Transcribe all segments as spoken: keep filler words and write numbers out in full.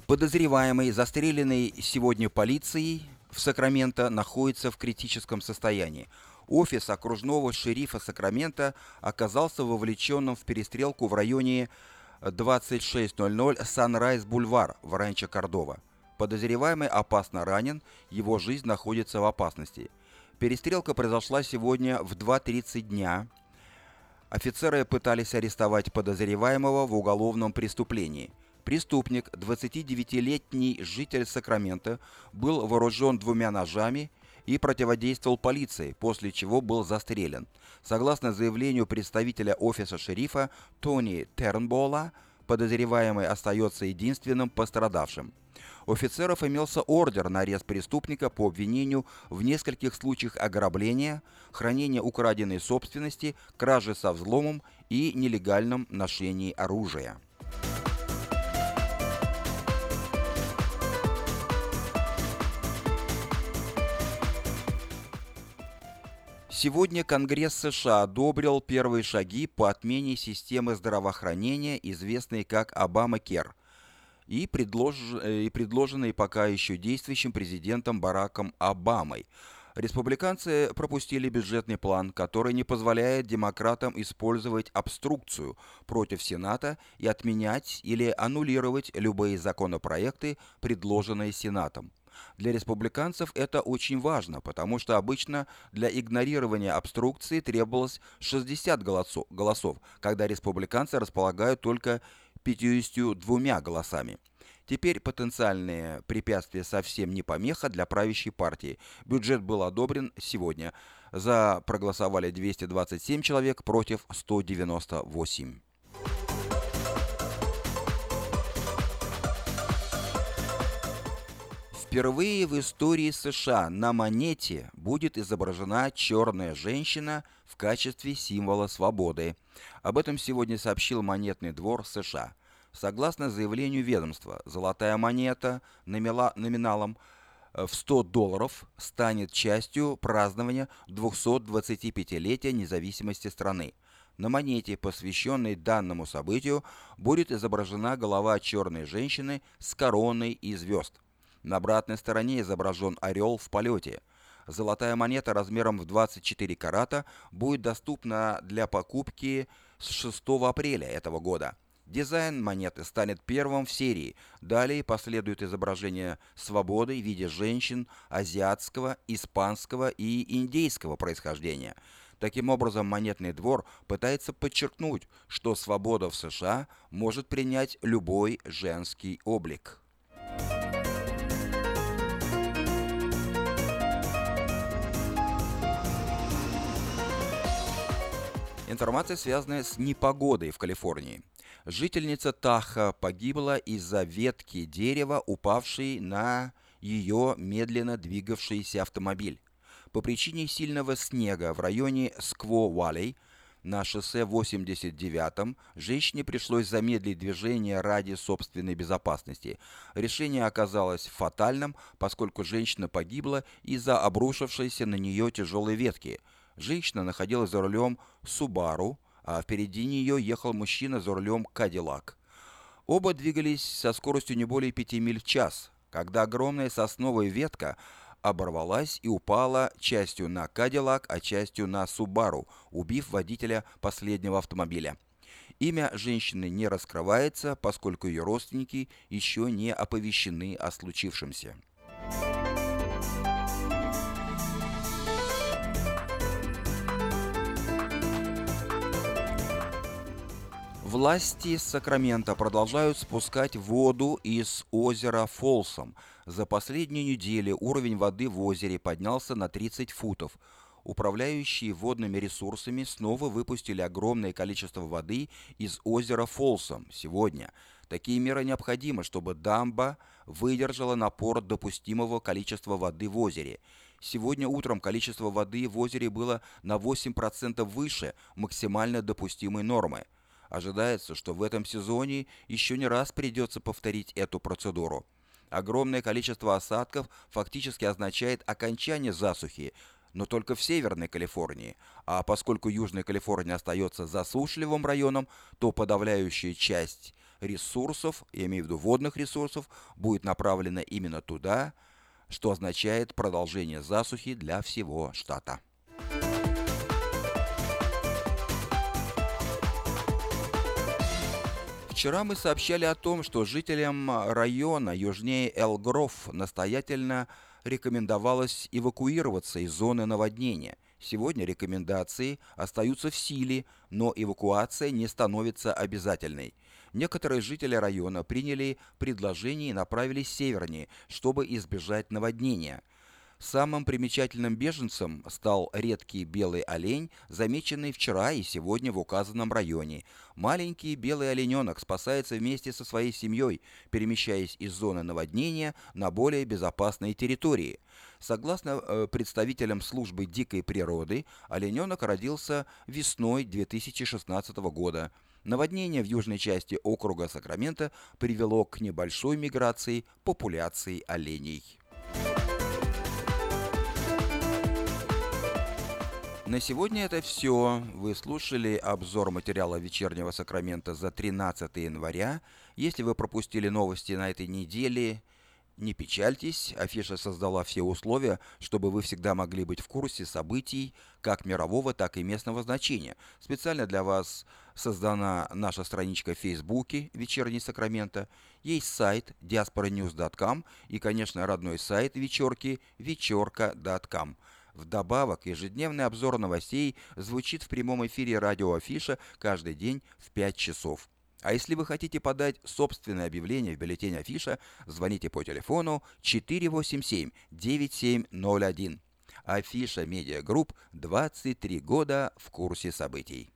Подозреваемый, застреленный сегодня полицией в Сакраменто, находится в критическом состоянии. Офис окружного шерифа Сакрамента оказался вовлеченным в перестрелку в районе двадцать шесть ноль ноль Санрайз-Бульвар в Ранчо Кордова. Подозреваемый опасно ранен, его жизнь находится в опасности. Перестрелка произошла сегодня в два тридцать дня. Офицеры пытались арестовать подозреваемого в уголовном преступлении. Преступник, двадцатидевятилетний житель Сакрамента, был вооружен двумя ножами и противодействовал полиции, после чего был застрелен. Согласно заявлению представителя офиса шерифа Тони Тернболла, подозреваемый остается единственным пострадавшим. У офицеров имелся ордер на арест преступника по обвинению в нескольких случаях ограбления, хранения украденной собственности, кражи со взломом и нелегальном ношении оружия. Сегодня Конгресс США одобрил первые шаги по отмене системы здравоохранения, известной как Обамакер, и, предлож... и предложенной пока еще действующим президентом Бараком Обамой. Республиканцы пропустили бюджетный план, который не позволяет демократам использовать обструкцию против Сената и отменять или аннулировать любые законопроекты, предложенные Сенатом. Для республиканцев это очень важно, потому что обычно для игнорирования обструкции требовалось шестьдесят голосов, когда республиканцы располагают только пятьюдесятью двумя голосами. Теперь потенциальные препятствия совсем не помеха для правящей партии. Бюджет был одобрен сегодня. За проголосовали двести двадцать семь человек против ста девяноста восьми. Впервые в истории США на монете будет изображена черная женщина в качестве символа свободы. Об этом сегодня сообщил Монетный двор США. Согласно заявлению ведомства, золотая монета номиналом в сто долларов станет частью празднования двухсотдвадцатипятилетия независимости страны. На монете, посвященной данному событию, будет изображена голова черной женщины с короной и звезд. На обратной стороне изображен орел в полете. Золотая монета размером в двадцать четыре карата будет доступна для покупки с шестого апреля этого года. Дизайн монеты станет первым в серии. Далее последует изображение свободы в виде женщин азиатского, испанского и индейского происхождения. Таким образом, Монетный двор пытается подчеркнуть, что свобода в США может принять любой женский облик. Информация, связанная с непогодой в Калифорнии. Жительница Тахо погибла из-за ветки дерева, упавшей на ее медленно двигавшийся автомобиль. По причине сильного снега в районе Скво-Валлей на шоссе восемьдесят девятом женщине пришлось замедлить движение ради собственной безопасности. Решение оказалось фатальным, поскольку женщина погибла из-за обрушившейся на нее тяжелой ветки. Женщина находилась за рулем Subaru, а впереди нее ехал мужчина за рулем Cadillac. Оба двигались со скоростью не более пяти миль в час, когда огромная сосновая ветка оборвалась и упала частью на Cadillac, а частью на Subaru, убив водителя последнего автомобиля. Имя женщины не раскрывается, поскольку ее родственники еще не оповещены о случившемся. Власти Сакрамента продолжают спускать воду из озера Фолсом. За последнюю неделю уровень воды в озере поднялся на тридцать футов. Управляющие водными ресурсами снова выпустили огромное количество воды из озера Фолсом сегодня. Такие меры необходимы, чтобы дамба выдержала напор допустимого количества воды в озере. Сегодня утром количество воды в озере было на восемь процентов выше максимально допустимой нормы. Ожидается, что в этом сезоне еще не раз придется повторить эту процедуру. Огромное количество осадков фактически означает окончание засухи, но только в Северной Калифорнии. А поскольку Южная Калифорния остается засушливым районом, то подавляющая часть ресурсов, я имею в виду водных ресурсов, будет направлено именно туда, что означает продолжение засухи для всего штата. Вчера мы сообщали о том, что жителям района южнее Элл-Гров настоятельно рекомендовалось эвакуироваться из зоны наводнения. Сегодня рекомендации остаются в силе, но эвакуация не становится обязательной. Некоторые жители района приняли предложение и направились севернее, чтобы избежать наводнения. Самым примечательным беженцем стал редкий белый олень, замеченный вчера и сегодня в указанном районе. Маленький белый олененок спасается вместе со своей семьей, перемещаясь из зоны наводнения на более безопасные территории. Согласно э, представителям службы дикой природы, олененок родился весной две тысячи шестнадцатого года. Наводнение в южной части округа Сакраменто привело к небольшой миграции популяции оленей. На сегодня это все. Вы слушали обзор материала «Вечернего Сакрамента» за тринадцатое января. Если вы пропустили новости на этой неделе, не печальтесь. Афиша создала все условия, чтобы вы всегда могли быть в курсе событий как мирового, так и местного значения. Специально для вас создана наша страничка в Фейсбуке «Вечерний Сакраменто». Есть сайт диаспора ньюс точка ком и, конечно, родной сайт вечерки вечерка точка ком. Вдобавок, ежедневный обзор новостей звучит в прямом эфире радио Афиша каждый день в пять часов. А если вы хотите подать собственное объявление в бюллетень Афиша, звоните по телефону четыре восемь семь девять семь ноль один. Афиша Медиа Групп, двадцать три года в курсе событий.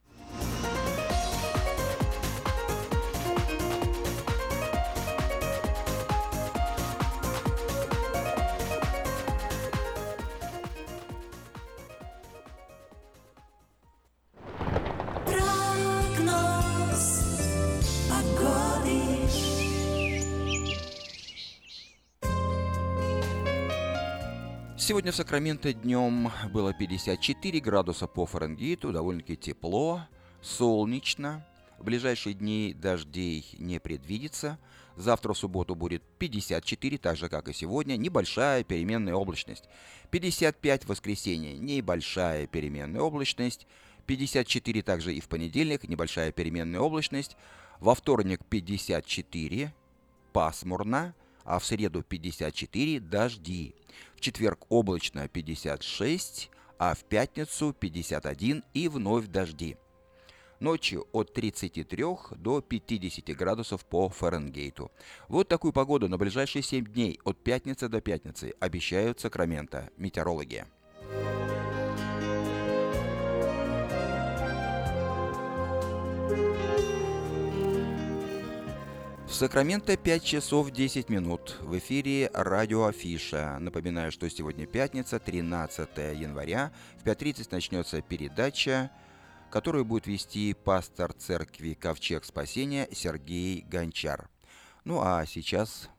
Сегодня в Сакраменто днем было пятьдесят четыре градуса по Фаренгейту, довольно-таки тепло, солнечно. В ближайшие дни дождей не предвидится. Завтра в субботу будет пятьдесят четыре, так же как и сегодня, небольшая переменная облачность. пятьдесят пять в воскресенье, небольшая переменная облачность. пятьдесят четыре также и в понедельник, небольшая переменная облачность. Во вторник пятьдесят четыре, пасмурно. А в среду пятьдесят четыре дожди. В четверг облачно пятьдесят шесть, а в пятницу пятьдесят один и вновь дожди. Ночью от тридцати трёх до пятидесяти градусов по Фаренгейту. Вот такую погоду на ближайшие семь дней от пятницы до пятницы обещают Сакраменто метеорологи. В Сакраменто пять часов десять минут. В эфире радио Афиша. Напоминаю, что сегодня пятница, тринадцатое января. В пять тридцать начнется передача, которую будет вести пастор церкви Ковчег Спасения Сергей Гончар. Ну а сейчас...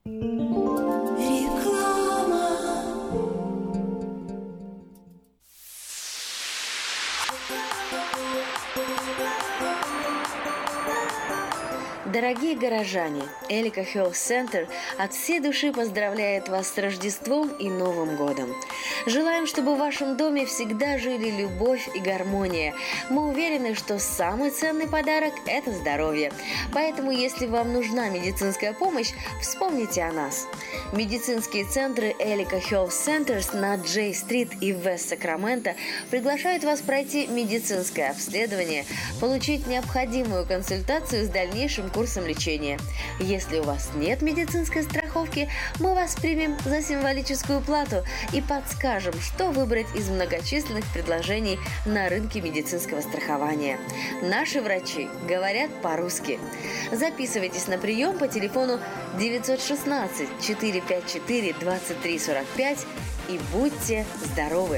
Дорогие горожане, Элика Health Center от всей души поздравляет вас с Рождеством и Новым годом. Желаем, чтобы в вашем доме всегда жили любовь и гармония. Мы уверены, что самый ценный подарок – это здоровье. Поэтому, если вам нужна медицинская помощь, вспомните о нас. Медицинские центры Элика Health Centers на Джей-стрит и в Вест-Сакраменто приглашают вас пройти медицинское обследование, получить необходимую консультацию с дальнейшим курсом лечения. Если у вас нет медицинской страховки, мы вас примем за символическую плату и подскажем, что выбрать из многочисленных предложений на рынке медицинского страхования. Наши врачи говорят по-русски. Записывайтесь на прием по телефону девятьсот шестнадцать четыреста пятьдесят четыре двадцать три сорок пять и будьте здоровы!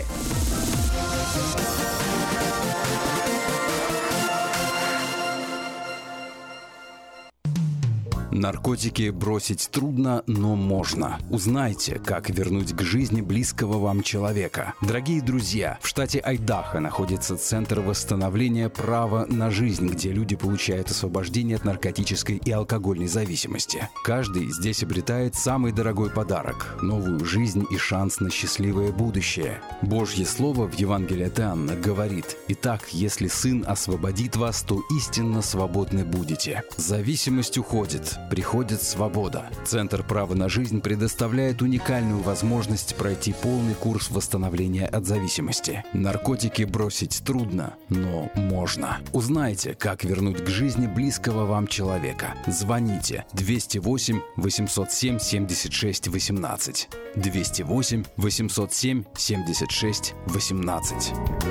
Наркотики бросить трудно, но можно. Узнайте, как вернуть к жизни близкого вам человека. Дорогие друзья, в штате Айдахо находится Центр восстановления права на жизнь, где люди получают освобождение от наркотической и алкогольной зависимости. Каждый здесь обретает самый дорогой подарок – новую жизнь и шанс на счастливое будущее. Божье Слово в Евангелии от Иоанна говорит: «Итак, если Сын освободит вас, то истинно свободны будете». Зависимость уходит. Приходит свобода. Центр права на жизнь предоставляет уникальную возможность пройти полный курс восстановления от зависимости. Наркотики бросить трудно, но можно. Узнайте, как вернуть к жизни близкого вам человека. Звоните двести восемь восемьсот семь семьдесят шесть восемнадцать. двести восемь восемьсот семь семьдесят шесть восемнадцать.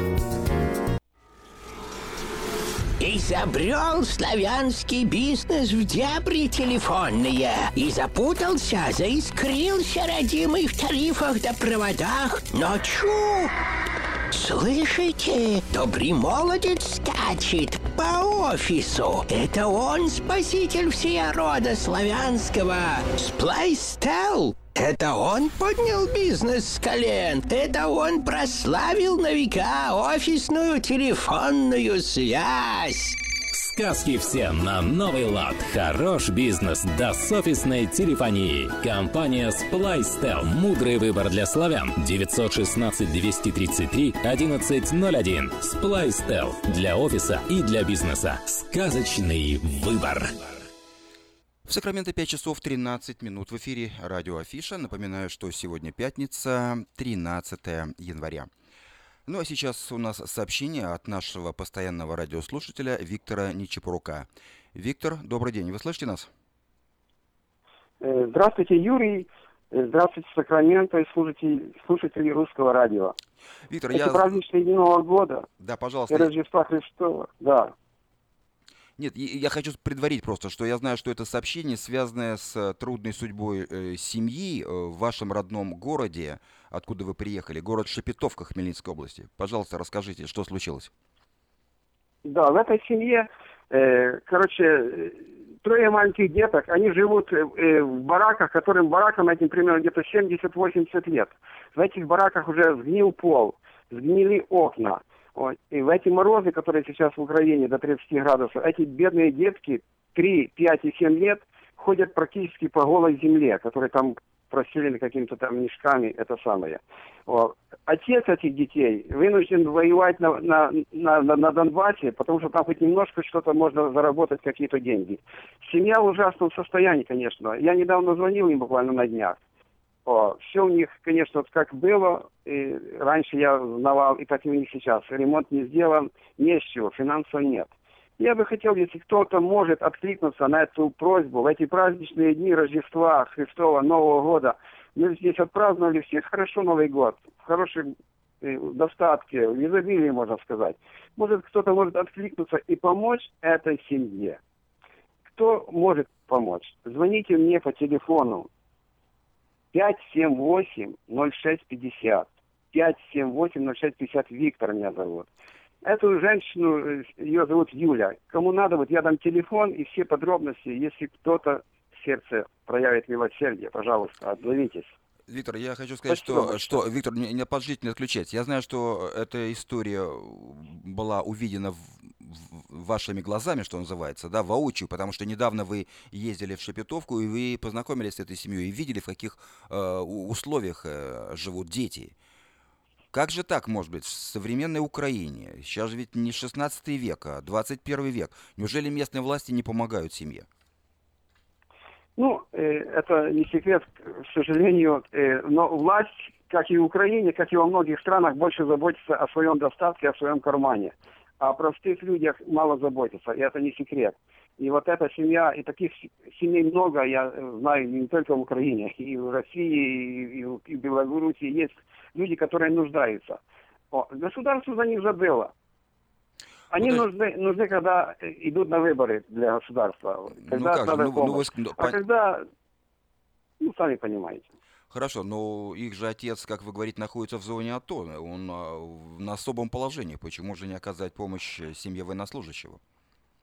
Изобрел славянский бизнес в дебри телефонные и запутался, заискрился родимый в тарифах да проводах. Но чу! Слышите? Добрый молодец скачет по офису. Это он спаситель всея рода славянского. Сплайстел. Это он поднял бизнес с колен. Это он прославил на века офисную телефонную связь. Сказки все на новый лад. Хорош бизнес да с офисной телефонии. Компания Splystel. Мудрый выбор для славян. девятьсот шестнадцать двести тридцать три одиннадцать ноль один. Splystel. Для офиса и для бизнеса. Сказочный выбор. В Сакраменто пять часов тринадцать минут. В эфире радио Афиша. Напоминаю, что сегодня пятница, тринадцатое января. Ну а сейчас у нас сообщение от нашего постоянного радиослушателя Виктора Нечепорука. Виктор, добрый день. Вы слышите нас? Здравствуйте, Юрий. Здравствуйте, Сакраменто и слушатели, слушатели русского радио. Виктор, Эти я... праздничные дни Нового года Да, пожалуйста. и Рождества Христова. Да. Нет, я хочу предварить просто, что я знаю, что это сообщение, связанное с трудной судьбой э, семьи э, в вашем родном городе, откуда вы приехали, город Шепетовка Хмельницкой области. Пожалуйста, расскажите, что случилось. Да, в этой семье, э, короче, трое маленьких деток, они живут э, в бараках, которым баракам этим примерно где-то семьдесят-восемьдесят лет. В этих бараках уже сгнил пол, сгнили окна. Вот. И в эти морозы, которые сейчас в Украине до тридцати градусов, эти бедные детки три, пять и семь лет ходят практически по голой земле, которые там прострелены какими-то там мешками, это самое. Вот. Отец этих детей вынужден воевать на, на, на, на, на Донбассе, потому что там хоть немножко что-то можно заработать, какие-то деньги. Семья в ужасном состоянии, конечно. Я недавно звонил им буквально на днях. О, все у них, конечно, вот как было, и раньше я знавал, и так и у них сейчас. Ремонт не сделан, не с чего, финансов нет. Я бы хотел, если кто-то может откликнуться на эту просьбу, в эти праздничные дни Рождества Христова, Нового года, мы здесь отпраздновали все хорошо Новый год, в хорошем э, достатке, в изобилии, можно сказать. Может, кто-то может откликнуться и помочь этой семье. Кто может помочь? Звоните мне по телефону пять семь восемь ноль шесть пятьдесят. пять семь восемь ноль шесть пятьдесят. Виктор меня зовут. Эту женщину, ее зовут Юля. Кому надо, вот я дам телефон и все подробности. Если кто-то в сердце проявит милосердие, пожалуйста, отзовитесь. Виктор, я хочу сказать, Спасибо что, что, Виктор, не, не подлежите не отключать. Я знаю, что эта история была увидена в, в, вашими глазами, что называется, да, воочию, потому что недавно вы ездили в Шепетовку, и вы познакомились с этой семьей, и видели, в каких э, условиях э, живут дети. Как же так, может быть, в современной Украине? Сейчас же ведь не шестнадцатый век, а двадцать первый век. Неужели местные власти не помогают семье? Ну, э, это не секрет, к сожалению, э, но власть, как и в Украине, как и во многих странах, больше заботится о своем достатке, о своем кармане. А о простых людях мало заботится, и это не секрет. И вот эта семья, и таких семей много, я знаю, не только в Украине, и в России, и в, и в Беларуси есть люди, которые нуждаются. О, государство за них забыло. Они ну, нужны, есть... нужны, когда идут на выборы для государства. Когда ну как надо же, ну, ну, вы... А Пон... когда, ну, сами понимаете. Хорошо, но их же отец, как вы говорите, находится в зоне АТО. Он а, на особом положении. Почему же не оказать помощь семье военнослужащего?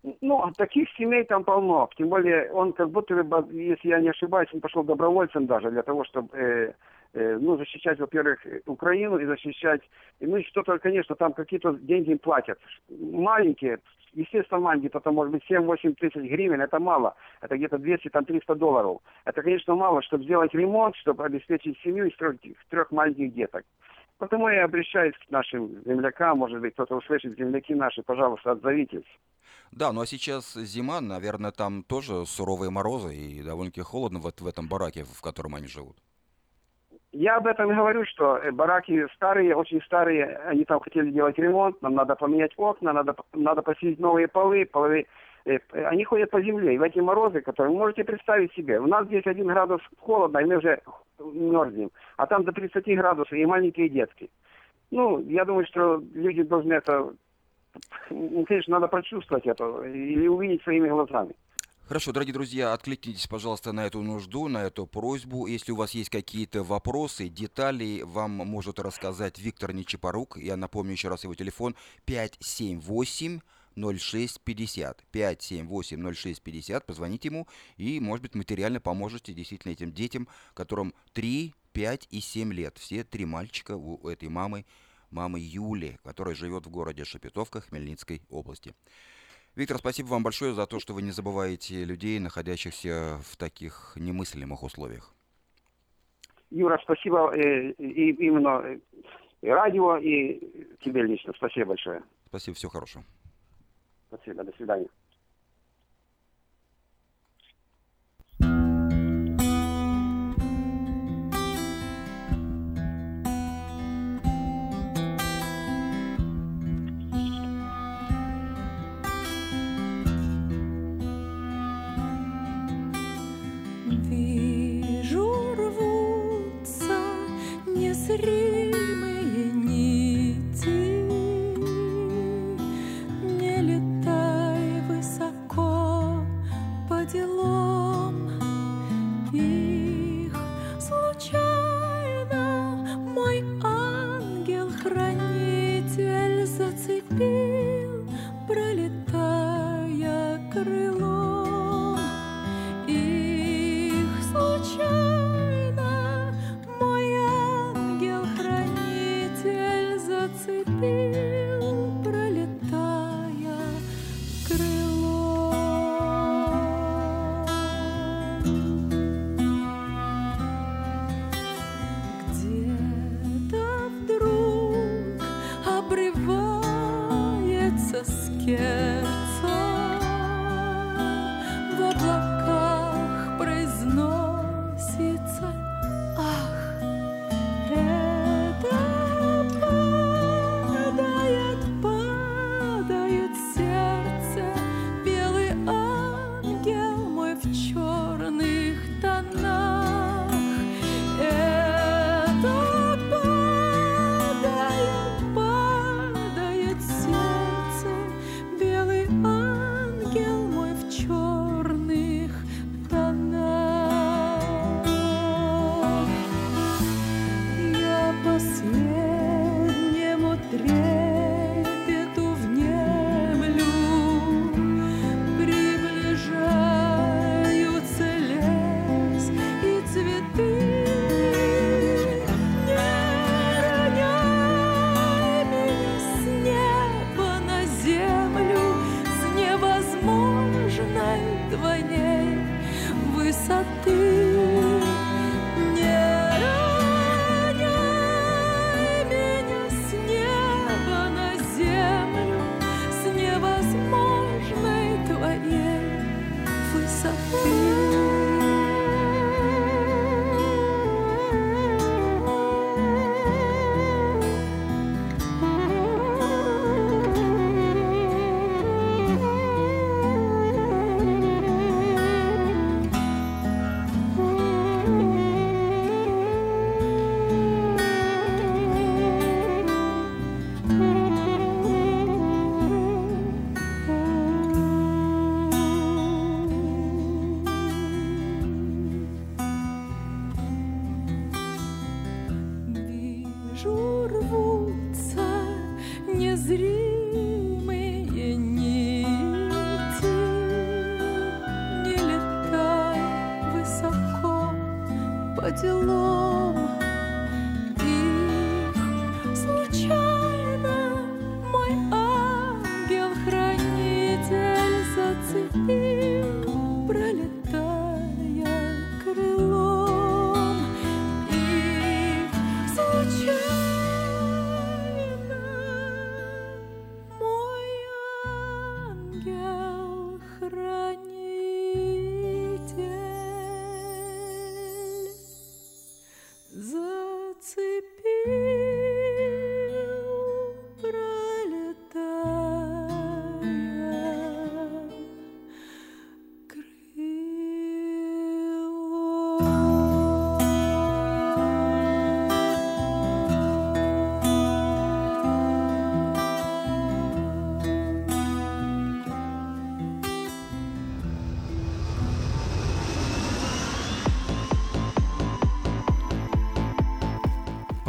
Ну, таких семей там полно. Тем более, он как будто, если я не ошибаюсь, он пошел добровольцем даже для того, чтобы э, э, ну, защищать, во-первых, Украину и защищать... Ну, и что-то, конечно, там какие-то деньги им платят. Маленькие, естественно, маленькие, это может быть семь-восемь тысяч гривен, это мало. Это где-то двести-триста долларов. Это, конечно, мало, чтобы сделать ремонт, чтобы обеспечить семью из трех, трех маленьких деток. Потому я обращаюсь к нашим землякам, может быть, кто-то услышит, земляки наши, пожалуйста, отзовитесь. Да, ну а сейчас зима, наверное, там тоже суровые морозы и довольно-таки холодно вот в этом бараке, в котором они живут. Я об этом и говорю, что бараки старые, очень старые, они там хотели делать ремонт, нам надо поменять окна, надо, надо посидеть новые полы, полы, э, они ходят по земле, и в эти морозы, которые вы можете представить себе, у нас здесь один градус холодно, и мы уже мерзнем, а там до тридцати градусов, и маленькие детки. Ну, я думаю, что люди должны это, ну, конечно, надо прочувствовать это, или увидеть своими глазами. Хорошо, дорогие друзья, откликнитесь, пожалуйста, на эту нужду, на эту просьбу. Если у вас есть какие-то вопросы, детали, вам может рассказать Виктор Нечипорук. Я напомню еще раз его телефон пять семь восемь ноль шесть пятьдесят. пять семь восемь ноль шесть пятьдесят. Позвоните ему и, может быть, материально поможете действительно этим детям, которым три, пять и семь лет. Все три мальчика у этой мамы, мамы Юли, которая живет в городе Шепетовка Хмельницкой области. Виктор, спасибо вам большое за то, что вы не забываете людей, находящихся в таких немыслимых условиях. Юра, спасибо э, и именно и радио, и тебе лично. Спасибо большое. Спасибо, всего хорошего. Спасибо, до свидания. Незримые нити, не летай высоко по делам. Их случайно мой ангел-хранитель зацепил, пролетая крылом. Их случайно зацепил, пролетая крылом. Где-то вдруг обрывается скерца, в облаках произносится: ах, это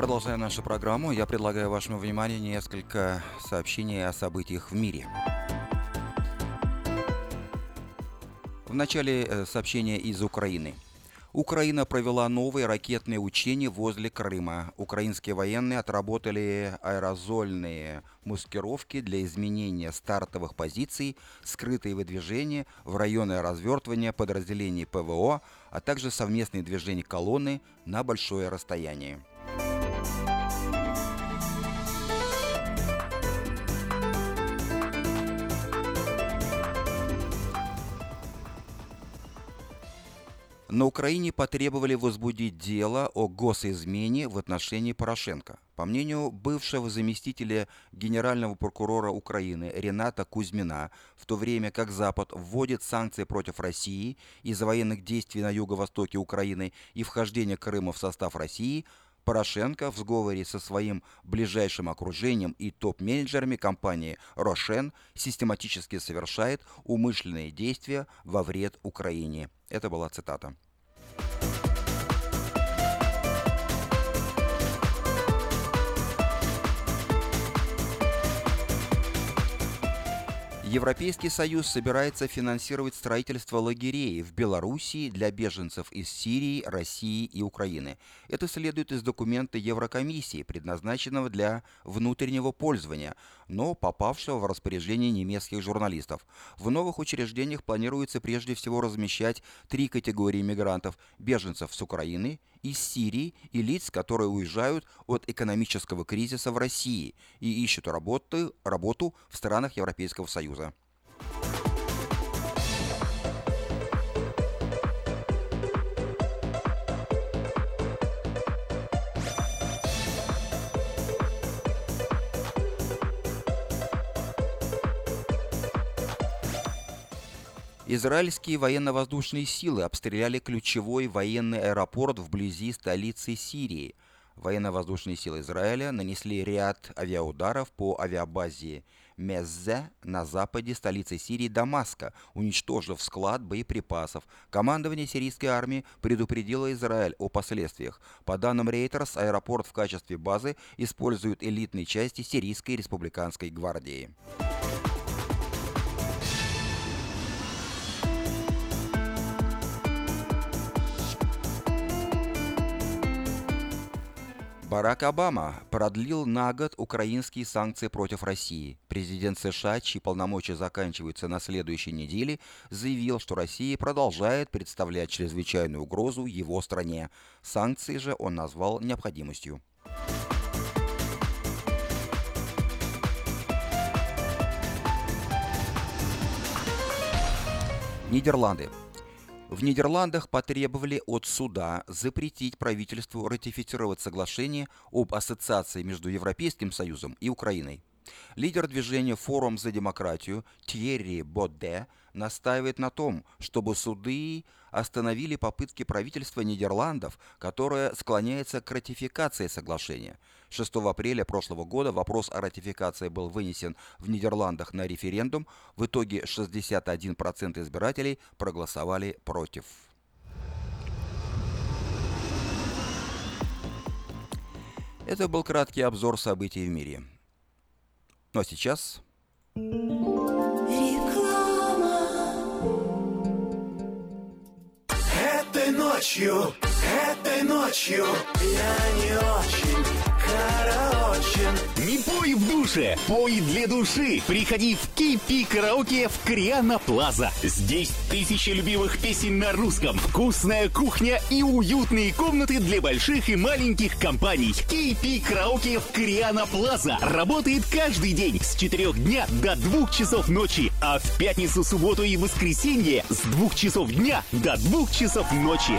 Продолжаем нашу программу. Я предлагаю вашему вниманию несколько сообщений о событиях в мире. В начале сообщения из Украины. Украина провела новые ракетные учения возле Крыма. Украинские военные отработали аэрозольные маскировки для изменения стартовых позиций, скрытые выдвижения в районы развертывания подразделений ПВО, а также совместные движения колонны на большое расстояние. На Украине потребовали возбудить дело о госизмене в отношении Порошенко. По мнению бывшего заместителя генерального прокурора Украины Рената Кузьмина, в то время как Запад вводит санкции против России из-за военных действий на юго-востоке Украины и вхождения Крыма в состав России, Порошенко в сговоре со своим ближайшим окружением и топ-менеджерами компании «Рошен» систематически совершает умышленные действия во вред Украине. Это была цитата. Европейский Союз собирается финансировать строительство лагерей в Белоруссии для беженцев из Сирии, России и Украины. Это следует из документа Еврокомиссии, предназначенного для внутреннего пользования, но попавшего в распоряжение немецких журналистов. В новых учреждениях планируется прежде всего размещать три категории мигрантов: беженцев с Украины, из Сирии и лиц, которые уезжают от экономического кризиса в России и ищут работу, работу в странах Европейского Союза. Израильские военно-воздушные силы обстреляли ключевой военный аэропорт вблизи столицы Сирии. Военно-воздушные силы Израиля нанесли ряд авиаударов по авиабазе Меззе на западе столицы Сирии Дамаска, уничтожив склад боеприпасов. Командование сирийской армии предупредило Израиль о последствиях. По данным Reuters, аэропорт в качестве базы используют элитные части Сирийской республиканской гвардии. Барак Обама продлил на год украинские санкции против России. Президент США, чьи полномочия заканчиваются на следующей неделе, заявил, что Россия продолжает представлять чрезвычайную угрозу его стране. Санкции же он назвал необходимостью. Нидерланды. В Нидерландах потребовали от суда запретить правительству ратифицировать соглашение об ассоциации между Европейским Союзом и Украиной. Лидер движения «Форум за демократию» Тьерри Бодде настаивает на том, чтобы суды остановили попытки правительства Нидерландов, которое склоняется к ратификации соглашения. шестого апреля прошлого года вопрос о ратификации был вынесен в Нидерландах на референдум. В итоге шестьдесят один процент избирателей проголосовали против. Это был краткий обзор событий в мире. Ну а сейчас... Этой ночью, этой ночью я не очень караочен. Не пой в душе, пой для души. Приходи в кей пи Караоке в Криана Плаза. Здесь тысячи любимых песен на русском, вкусная кухня и уютные комнаты для больших и маленьких компаний. кей пи Караоке в Криана Плаза работает каждый день с четырёх дня до двух часов ночи, а в пятницу, субботу и воскресенье с двух часов дня до двух часов ночи.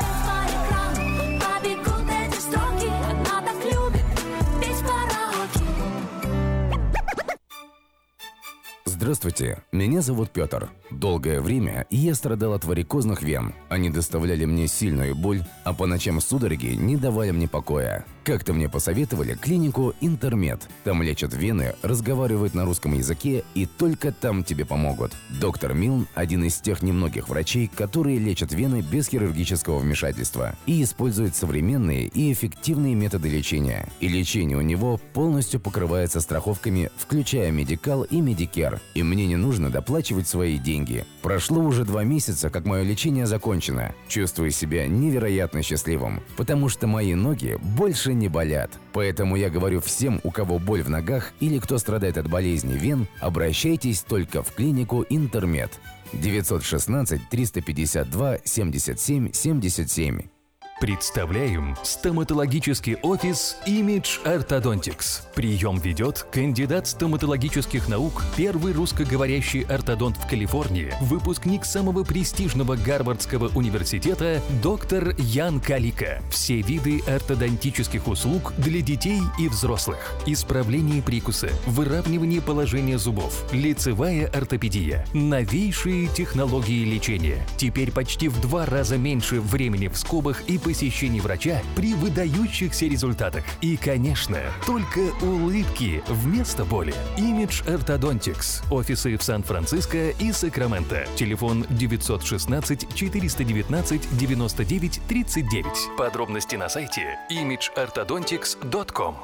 Здравствуйте, меня зовут Петр. Долгое время я страдал от варикозных вен. Они доставляли мне сильную боль, а по ночам судороги не давали мне покоя. Как-то мне посоветовали клинику «Интермед». Там лечат вены, разговаривают на русском языке, и только там тебе помогут. Доктор Милн – один из тех немногих врачей, которые лечат вены без хирургического вмешательства и используют современные и эффективные методы лечения. И лечение у него полностью покрывается страховками, включая Медикал и Медикер. И мне не нужно доплачивать свои деньги. Прошло уже два месяца, как мое лечение закончено. Чувствую себя невероятно счастливым, потому что мои ноги больше не болят. Поэтому я говорю всем, у кого боль в ногах или кто страдает от болезни вен, обращайтесь только в клинику «Интермед». девятьсот шестнадцать триста пятьдесят два семьдесят семь семьдесят семь. Представляем стоматологический офис Image Orthodontics. Прием ведет кандидат стоматологических наук, первый русскоговорящий ортодонт в Калифорнии, выпускник самого престижного Гарвардского университета доктор Ян Калика. Все виды ортодонтических услуг для детей и взрослых. Исправление прикуса, выравнивание положения зубов, лицевая ортопедия, новейшие технологии лечения. Теперь почти в два раза меньше времени в скобах и посещений врача при выдающихся результатах. И, конечно, только улыбки вместо боли. Image Orthodontics. Офисы в Сан-Франциско и Сакраменто. Телефон девятьсот шестнадцать четыреста девятнадцать девяносто девять тридцать девять. Подробности на сайте имидж ортодонтикс точка ком.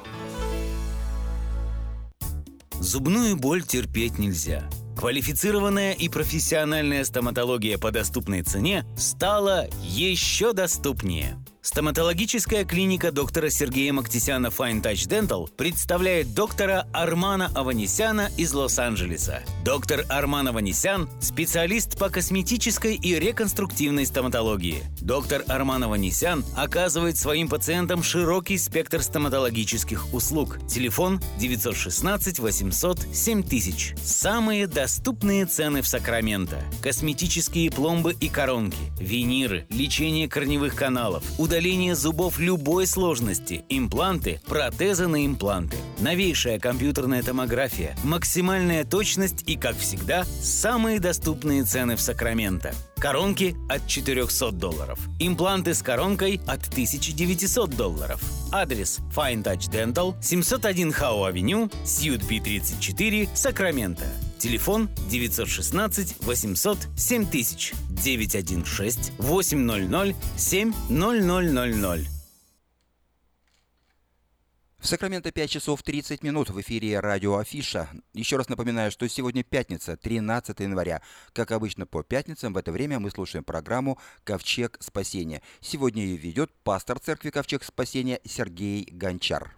Зубную боль терпеть нельзя. Квалифицированная и профессиональная стоматология по доступной цене стала еще доступнее. Стоматологическая клиника доктора Сергея Мактисяна Fine Touch Dental представляет доктора Армана Аванесяна из Лос-Анджелеса. Доктор Арман Аванесян – специалист по косметической и реконструктивной стоматологии. Доктор Арман Аванесян оказывает своим пациентам широкий спектр стоматологических услуг. Телефон девятьсот шестнадцать восемьсот семь тысяч. Самые доступные цены в Сакраменто. Косметические пломбы и коронки, виниры, лечение корневых каналов, удаление зубов любой сложности, импланты, протезы на импланты, новейшая компьютерная томография, максимальная точность и, как всегда, самые доступные цены в Сакраменто. Коронки от четыреста долларов. Импланты с коронкой от тысяча девятьсот долларов. Адрес Fine Touch Dental, семьсот один Хау-авеню, Сьют Би тридцать четыре, Сакраменто. Телефон девятьсот шестнадцать восемьсот семь тысяч, девятьсот шестнадцать восемьсот семь ноль ноль ноль ноль. В Сакраменто пять часов тридцать минут, в эфире радио Афиша. Еще раз напоминаю, что сегодня пятница, тринадцатое января. Как обычно по пятницам в это время мы слушаем программу «Ковчег спасения». Сегодня ее ведет пастор церкви «Ковчег спасения» Сергей Гончар.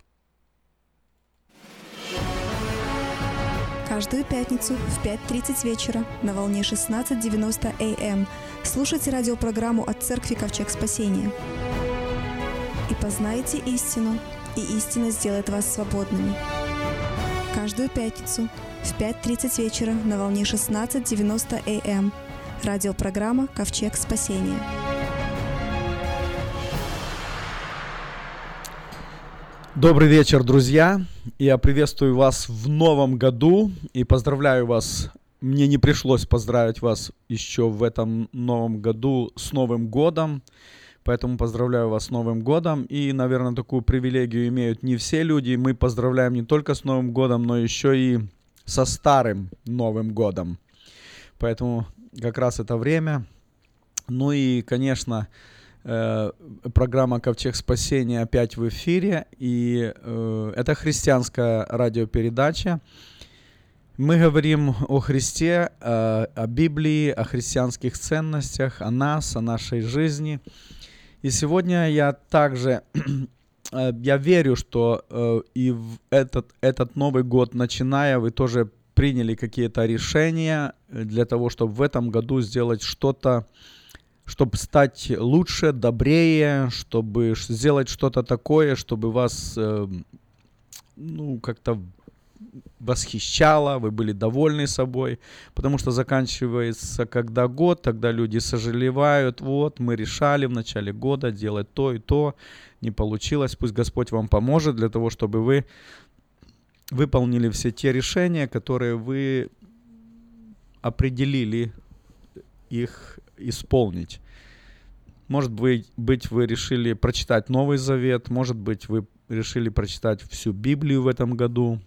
Каждую пятницу в пять тридцать вечера на волне шестнадцать девяносто эй эм слушайте радиопрограмму от церкви «Ковчег спасения». И познайте истину, и истина сделает вас свободными. Каждую пятницу в пять тридцать вечера на волне шестнадцать девяносто эй эм радиопрограмма «Ковчег спасения». Добрый вечер, друзья! Я приветствую вас в новом году и поздравляю вас. Мне не пришлось поздравить вас еще в этом новом году с Новым годом, поэтому поздравляю вас с Новым годом. И, наверное, такую привилегию имеют не все люди. Мы поздравляем не только с Новым годом, но еще и со Старым Новым годом. Поэтому как раз это время. Ну и, конечно, Э, программа «Ковчег спасения» опять в эфире, и э, это христианская радиопередача. Мы говорим о Христе, э, о Библии, о христианских ценностях, о нас, о нашей жизни. И сегодня я также, э, я верю, что э, и в этот, этот Новый год, начиная, вы тоже приняли какие-то решения для того, чтобы в этом году сделать что-то, чтобы стать лучше, добрее, чтобы сделать что-то такое, чтобы вас э, ну, как-то восхищало, вы были довольны собой. Потому что заканчивается когда год, тогда люди сожалевают. Вот, мы решали в начале года делать то и то, не получилось. Пусть Господь вам поможет для того, чтобы вы выполнили все те решения, которые вы определили их исполнить. Может быть, вы решили прочитать Новый Завет, может быть, вы решили прочитать всю Библию в этом году.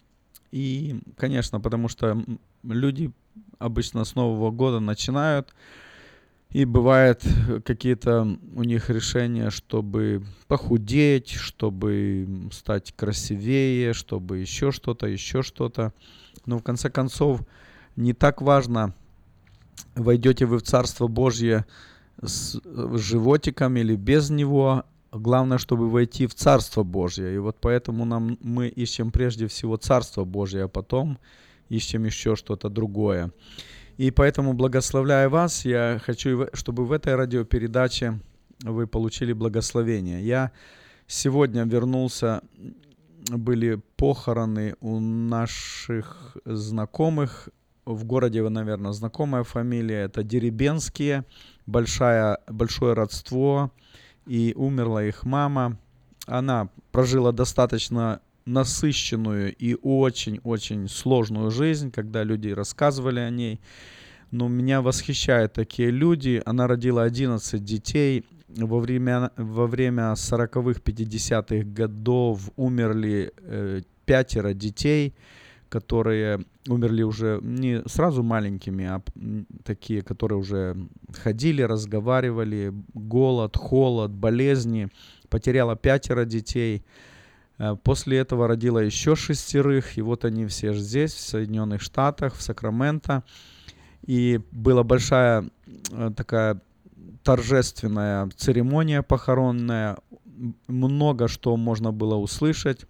И, конечно, потому что люди обычно с Нового года начинают, и бывают какие-то у них решения, чтобы похудеть, чтобы стать красивее, чтобы еще что-то, еще что-то. Но в конце концов, не так важно, войдете вы в Царство Божье с животиком или без него. Главное, чтобы войти в Царство Божье. И вот поэтому нам, мы ищем прежде всего Царство Божье, а потом ищем еще что-то другое. И поэтому, благословляя вас, я хочу, чтобы в этой радиопередаче вы получили благословение. Я сегодня вернулся, были похороны у наших знакомых. В городе, вы, наверное, знакомая фамилия. Это Дерибенские, большая, большое родство. И умерла их мама. Она прожила достаточно насыщенную и очень-очень сложную жизнь, когда люди рассказывали о ней. Но меня восхищают такие люди. Она родила одиннадцать детей. Во время, во время сороковых, пятидесятых годов умерли э, пятеро детей, которые умерли уже не сразу маленькими, а такие, которые уже ходили, разговаривали. Голод, холод, болезни. Потеряла пятеро детей. После этого родила еще шестерых, и вот они все здесь, в Соединенных Штатах, в Сакраменто. И была большая такая торжественная церемония похоронная, много что можно было услышать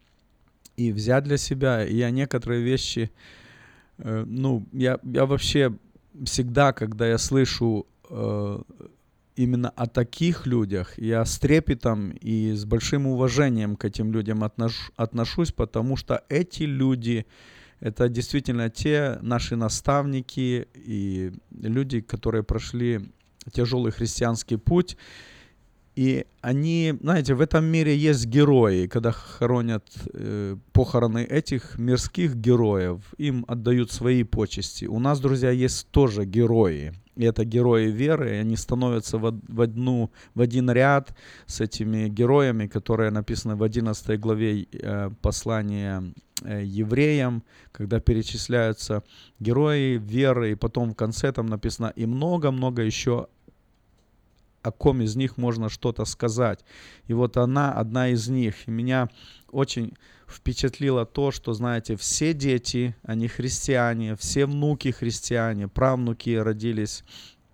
и взять для себя. И я некоторые вещи, ну, я, я вообще всегда, когда я слышу именно о таких людях, я с трепетом и с большим уважением к этим людям отнош, отношусь, потому что эти люди, это действительно те наши наставники и люди, которые прошли тяжелый христианский путь. И они, знаете, в этом мире есть герои. Когда хоронят э, похороны этих мирских героев, им отдают свои почести. У нас, друзья, есть тоже герои. И это герои веры, и они становятся в, в, одну, в один ряд с этими героями, которые написаны в одиннадцатой главе э, послания э, евреям, когда перечисляются герои веры, и потом в конце там написано и много-много еще, о ком из них можно что-то сказать. И вот она одна из них. И меня очень впечатлило то, что, знаете, все дети, они христиане, все внуки христиане, правнуки родились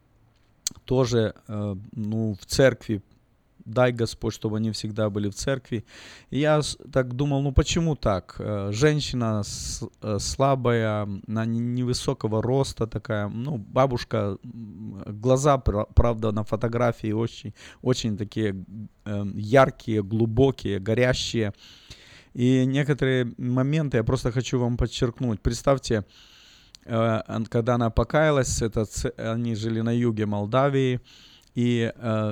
тоже э, ну, в церкви. Дай Господь, чтобы они всегда были в церкви. И я так думал, ну почему так? Женщина слабая, она невысокого роста такая, ну бабушка, глаза, правда, на фотографии очень, очень такие яркие, глубокие, горящие. И некоторые моменты я просто хочу вам подчеркнуть. Представьте, когда она покаялась, это, они жили на юге Молдавии, и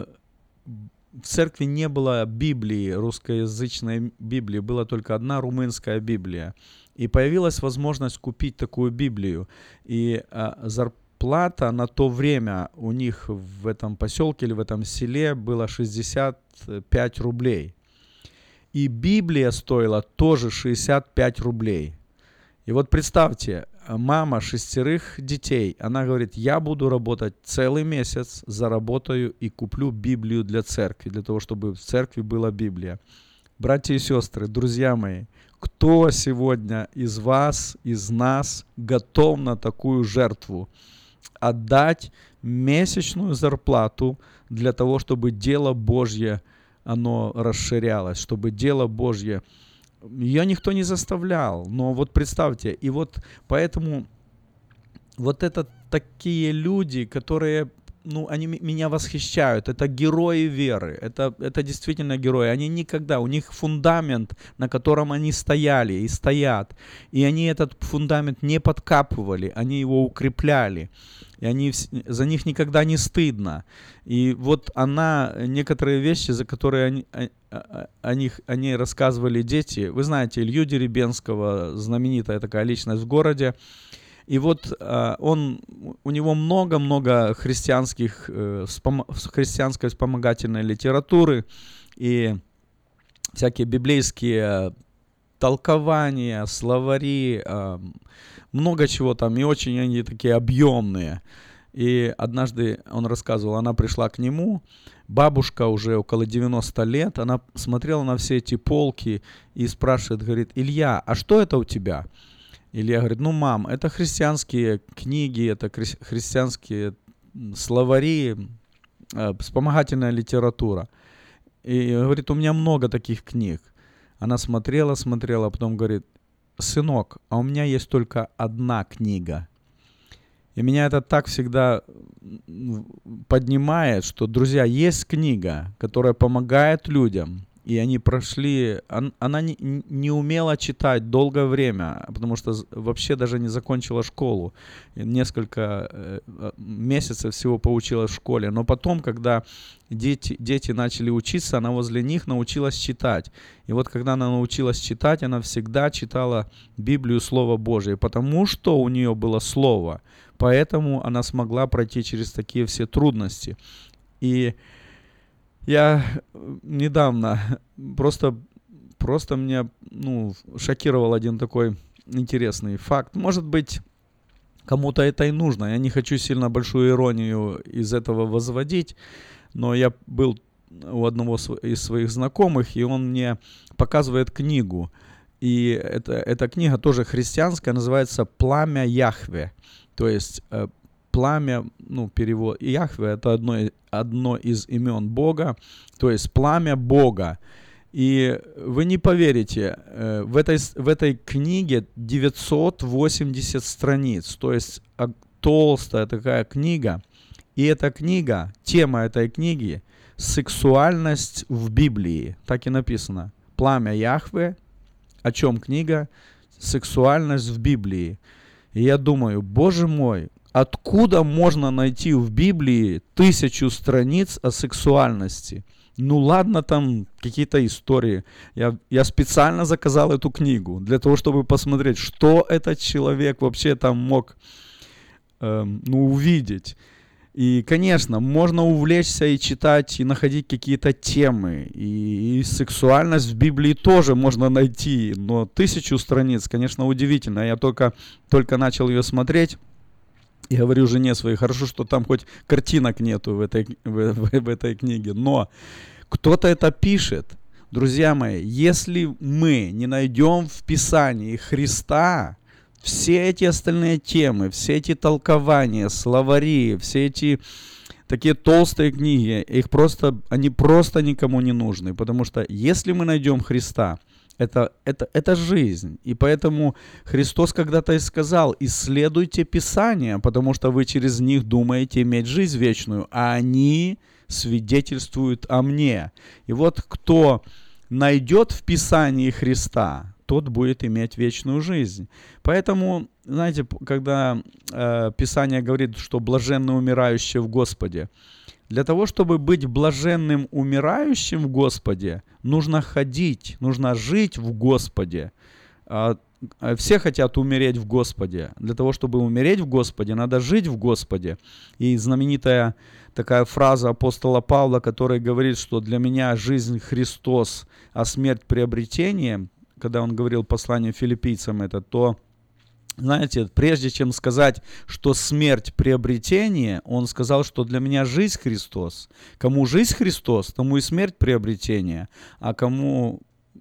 в церкви не было Библии, русскоязычной Библии, была только одна румынская Библия. И появилась возможность купить такую Библию. И а, зарплата на то время у них в этом поселке или в этом селе была шестьдесят пять рублей. И Библия стоила тоже шестьдесят пять рублей. И вот представьте, мама шестерых детей, она говорит, я буду работать целый месяц, заработаю и куплю Библию для церкви, для того, чтобы в церкви была Библия. Братья и сестры, друзья мои, кто сегодня из вас, из нас готов на такую жертву? Отдать месячную зарплату для того, чтобы дело Божье, оно расширялось, чтобы дело Божье... Ее никто не заставлял, но вот представьте, и вот поэтому вот это такие люди, которые, ну, они меня восхищают, это герои веры, это, это действительно герои, они никогда, у них фундамент, на котором они стояли и стоят, и они этот фундамент не подкапывали, они его укрепляли. И они, за них никогда не стыдно. И вот она, некоторые вещи, за которые они, о, о них, о ней рассказывали дети. Вы знаете, Илью Дерибенского, знаменитая такая личность в городе. И вот он, у него много-много христианских, христианской вспомогательной литературы. И всякие библейские толкования, словари, много чего там, и очень они такие объемные. И однажды он рассказывал, она пришла к нему, бабушка уже около девяноста лет, она смотрела на все эти полки и спрашивает, говорит: «Илья, а что это у тебя?» Илья говорит: «Ну, мам, это христианские книги, это христианские словари, вспомогательная литература». И говорит: «У меня много таких книг». Она смотрела, смотрела, а потом говорит: «Сынок, а у меня есть только одна книга». И меня это так всегда поднимает, что, друзья, есть книга, которая помогает людям, и они прошли, она не, не умела читать долгое время, потому что вообще даже не закончила школу, несколько месяцев всего поучилась в школе, но потом, когда дети, дети начали учиться, она возле них научилась читать. И вот когда она научилась читать, она всегда читала Библию, Слово Божие, потому что у нее было Слово. Поэтому она смогла пройти через такие все трудности. И я недавно просто, просто меня ну, шокировал один такой интересный факт. Может быть, кому-то это и нужно. Я не хочу сильно большую иронию из этого возводить, но я был у одного из своих знакомых, и он мне показывает книгу. И это, эта книга тоже христианская, называется «Пламя Яхве». То есть э, пламя, ну, перевод Яхве, это одно, одно из имен Бога, то есть пламя Бога. И вы не поверите, э, в, этой, в этой книге девятьсот восемьдесят страниц, то есть э, толстая такая книга. И эта книга, тема этой книги — сексуальность в Библии. Так и написано. Пламя Яхве. О чем книга? Сексуальность в Библии. И я думаю, боже мой, откуда можно найти в Библии тысячу страниц о сексуальности? Ну ладно, там какие-то истории. Я, я специально заказал эту книгу для того, чтобы посмотреть, что этот человек вообще там мог э, ну, увидеть. И, конечно, можно увлечься и читать, и находить какие-то темы. И, и сексуальность в Библии тоже можно найти. Но тысячу страниц, конечно, удивительно. Я только, только начал ее смотреть и говорю жене своей: хорошо, что там хоть картинок нету в этой, в, в, в этой книге. Но кто-то это пишет. Друзья мои, если мы не найдем в Писании Христа, все эти остальные темы, все эти толкования, словари, все эти такие толстые книги, их просто, они просто никому не нужны. Потому что если мы найдем Христа, это, это, это жизнь. И поэтому Христос когда-то и сказал: исследуйте Писания, потому что вы через них думаете иметь жизнь вечную, а они свидетельствуют о мне. И вот кто найдет в Писании Христа, тот будет иметь вечную жизнь. Поэтому, знаете, когда э, Писание говорит, что блаженны умирающие в Господе, для того, чтобы быть блаженным умирающим в Господе, нужно ходить, нужно жить в Господе. Э, все хотят умереть в Господе. Для того, чтобы умереть в Господе, надо жить в Господе. И знаменитая такая фраза апостола Павла, который говорит, что для меня жизнь Христос, а смерть приобретение, когда он говорил послание филиппийцам это, то, знаете, прежде чем сказать, что смерть приобретение, он сказал, что для меня жизнь Христос. Кому жизнь Христос, тому и смерть приобретение. А кому,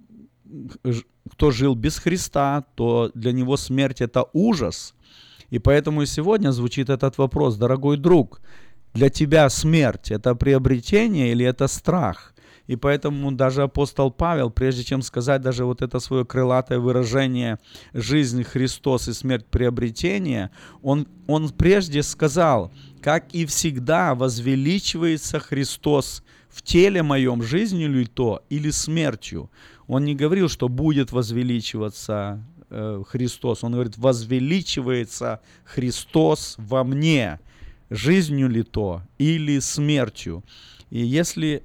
кто жил без Христа, то для него смерть это ужас. И поэтому и сегодня звучит этот вопрос: дорогой друг, для тебя смерть это приобретение или это страх? И поэтому даже апостол Павел, прежде чем сказать даже вот это свое крылатое выражение «жизнь Христос и смерть приобретение», он, он прежде сказал: «Как и всегда возвеличивается Христос в теле моем, жизнью ли то или смертью». Он не говорил, что будет возвеличиваться э, Христос. Он говорит: «Возвеличивается Христос во мне, жизнью ли то или смертью». И если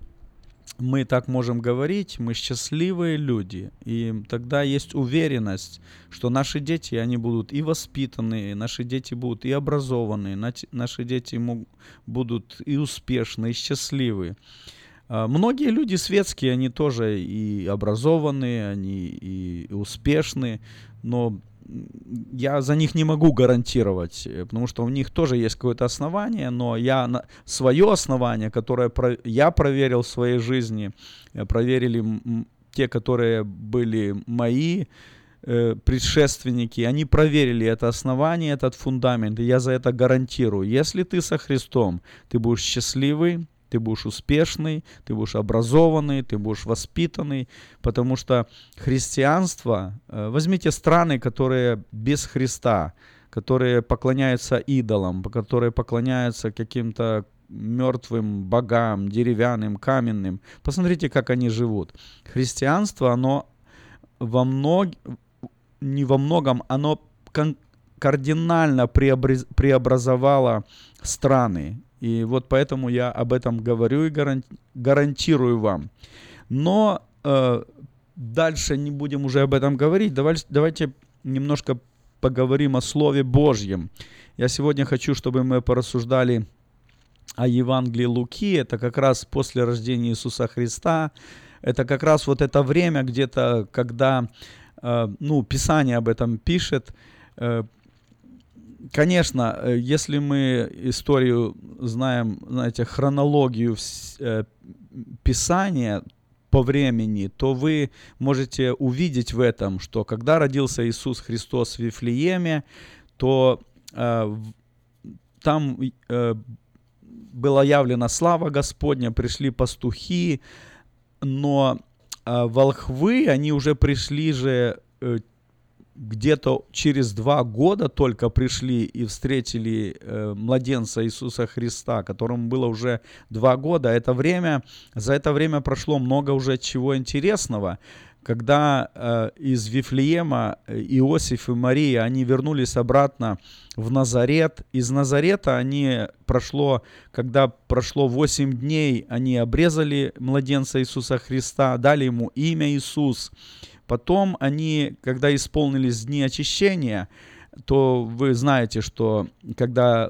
мы так можем говорить, мы счастливые люди, и тогда есть уверенность, что наши дети, они будут и воспитаны, наши дети будут и образованы, наши дети будут и успешны, и счастливы. Многие люди светские, они тоже и образованные, они и успешны, но я за них не могу гарантировать, потому что у них тоже есть какое-то основание, но я на свое основание, которое про, я проверил в своей жизни, проверили м, те, которые были мои э, предшественники, они проверили это основание, этот фундамент, и я за это гарантирую. Если ты со Христом, ты будешь счастливый, ты будешь успешный, ты будешь образованный, ты будешь воспитанный, потому что христианство, возьмите страны, которые без Христа, которые поклоняются идолам, которые поклоняются каким-то мертвым богам, деревянным, каменным. Посмотрите, как они живут. Христианство, оно во мног... не во многом, оно кон... кардинально преобраз... преобразовало страны. И вот поэтому я об этом говорю и гарантирую вам. Но э, дальше не будем уже об этом говорить. Давайте, давайте немножко поговорим о Слове Божьем. Я сегодня хочу, чтобы мы порассуждали о Евангелии Луки. Это как раз после рождения Иисуса Христа. Это как раз вот это время где-то, когда э, ну, Писание об этом пишет. Э, Конечно, если мы историю знаем, знаете, хронологию э, Писания по времени, то вы можете увидеть в этом, что когда родился Иисус Христос в Вифлееме, то э, там э, была явлена слава Господня, пришли пастухи, но э, волхвы, они уже пришли же э, где-то через два года только пришли и встретили э, младенца Иисуса Христа, которому было уже два года. Это время, за это время прошло много уже чего интересного. Когда э, из Вифлеема Иосиф и Мария, они вернулись обратно в Назарет. Из Назарета они прошло, когда прошло восемь дней, они обрезали младенца Иисуса Христа, дали ему имя Иисус. Потом они, когда исполнились дни очищения, то вы знаете, что когда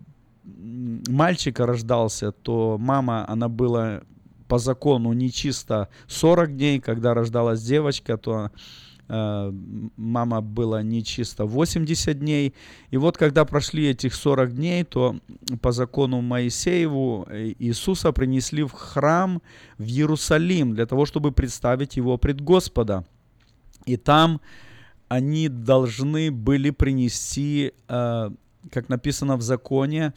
мальчик рождался, то мама, она была по закону нечиста сорок дней. Когда рождалась девочка, то э, мама была нечиста восемьдесят дней. И вот когда прошли этих сорок дней, то по закону Моисееву Иисуса принесли в храм в Иерусалим для того, чтобы представить его пред Господа. И там они должны были принести, э, как написано в законе,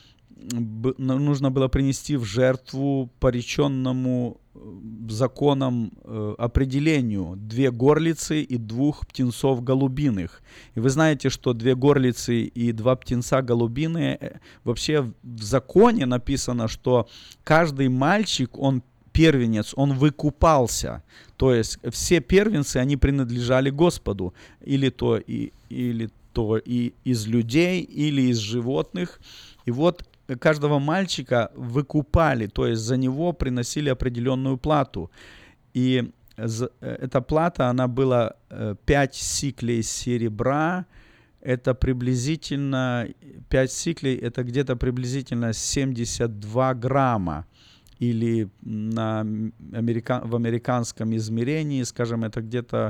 б, нужно было принести в жертву пореченному законом э, определению две горлицы и двух птенцов голубиных. И вы знаете, что две горлицы и два птенца голубиные, вообще в законе написано, что каждый мальчик, он первенец, он выкупался. То есть все первенцы, они принадлежали Господу. Или то, и, или то и из людей, или из животных. И вот каждого мальчика выкупали, то есть за него приносили определенную плату. И эта плата, она была пять сиклей серебра. Это приблизительно, пять сиклей, это где-то приблизительно семьдесят два грамма. Или на америка... в американском измерении, скажем, это где-то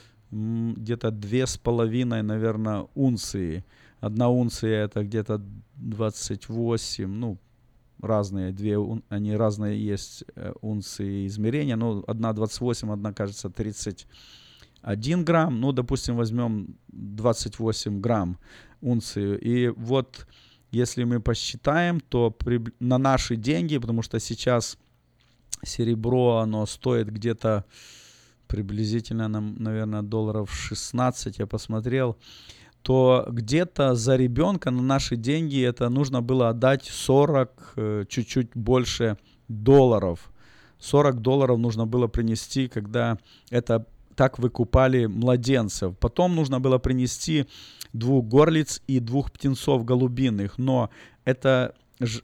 где-то две с половиной, наверное, унции. Одна унция это где-то двадцать восемь, ну, разные, две, они разные есть унции измерения, но одна двадцать восемь, одна, кажется, тридцать один грамм, ну, допустим, возьмем двадцать восемь грамм унцию, и вот если мы посчитаем, то при, на наши деньги, потому что сейчас серебро, оно стоит где-то приблизительно, наверное, долларов шестнадцать, я посмотрел, то где-то за ребенка на наши деньги это нужно было отдать сорок, чуть-чуть больше долларов. сорок долларов нужно было принести, когда это так выкупали младенцев. Потом нужно было принести двух горлиц и двух птенцов голубиных. Но это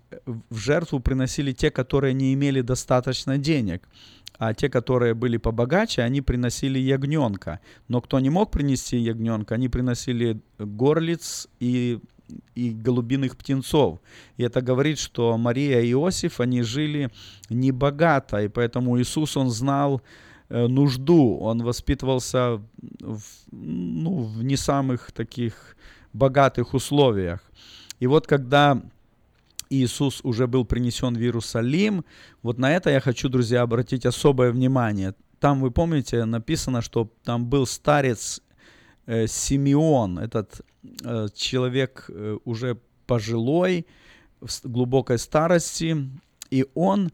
в жертву приносили те, которые не имели достаточно денег. А те, которые были побогаче, они приносили ягненка. Но кто не мог принести ягненка, они приносили горлиц и и голубиных птенцов. И это говорит, что Мария и Иосиф, они жили небогато, и поэтому Иисус, он знал э, нужду, он воспитывался в, ну, в не самых таких богатых условиях. И вот когда Иисус уже был принесен в Иерусалим, вот на это я хочу, друзья, обратить особое внимание. Там, вы помните, написано, что там был старец э, Симеон, этот э, человек э, уже пожилой, в глубокой старости, и он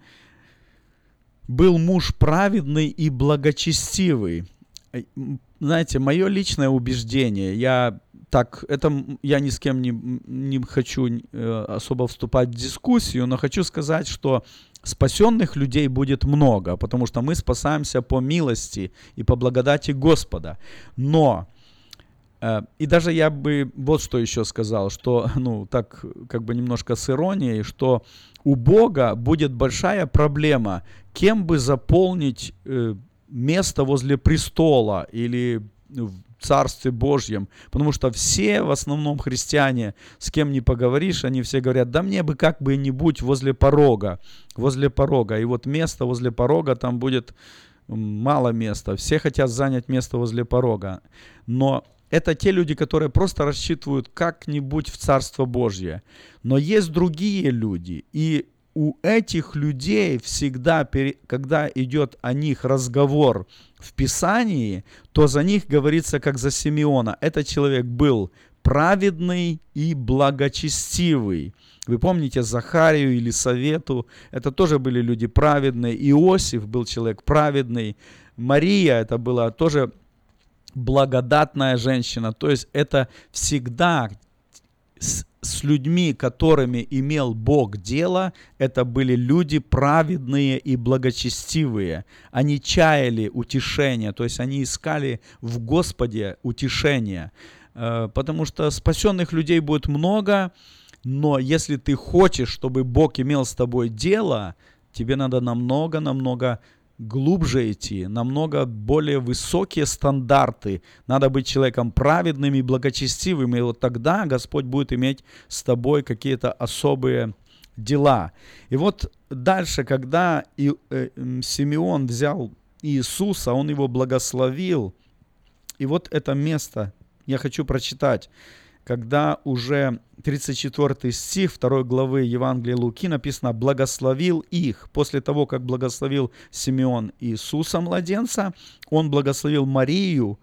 был муж праведный и благочестивый. Знаете, мое личное убеждение, я так, это я ни с кем не, не хочу э, особо вступать в дискуссию, но хочу сказать, что спасенных людей будет много, потому что мы спасаемся по милости и по благодати Господа. Но, э, и даже я бы вот что еще сказал, что, ну, так как бы немножко с иронией, что у Бога будет большая проблема, кем бы заполнить э, место возле престола или в Царстве Божьем, потому что все в основном христиане, с кем не поговоришь, они все говорят, да мне бы как бы нибудь возле порога, возле порога, и вот место возле порога, там будет мало места, все хотят занять место возле порога, но это те люди, которые просто рассчитывают как-нибудь в Царство Божье, но есть другие люди, и у этих людей всегда, когда идет о них разговор в Писании, то за них говорится, как за Симеона. Этот человек был праведный и благочестивый. Вы помните Захарию или Совету? Это тоже были люди праведные. Иосиф был человек праведный. Мария, это была тоже благодатная женщина. То есть это всегда с, с людьми, которыми имел Бог дело, это были люди праведные и благочестивые. Они чаяли утешения, то есть они искали в Господе утешения. Потому что спасенных людей будет много, но если ты хочешь, чтобы Бог имел с тобой дело, тебе надо намного-намного глубже идти, намного более высокие стандарты. Надо быть человеком праведным и благочестивым, и вот тогда Господь будет иметь с тобой какие-то особые дела. И вот дальше, когда и, э, Симеон взял Иисуса, он его благословил, и вот это место я хочу прочитать, когда уже тридцать четвёртый стих второй главы Евангелия Луки написано «благословил их». После того, как благословил Симеон Иисуса, младенца, он благословил Марию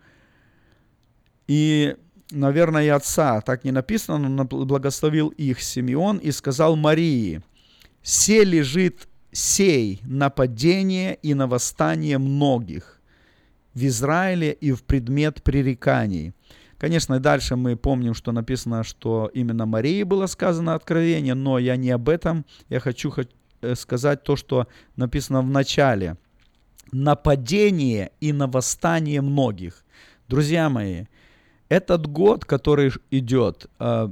и, наверное, и отца. Так не написано, но благословил их Симеон и сказал Марии: «Се лежит сей на падение и на восстание многих в Израиле и в предмет пререканий». Конечно, и дальше мы помним, что написано, что именно Марии было сказано откровение, но я не об этом. Я хочу сказать то, что написано в начале. Нападение и на восстание многих. Друзья мои, этот год, который идет,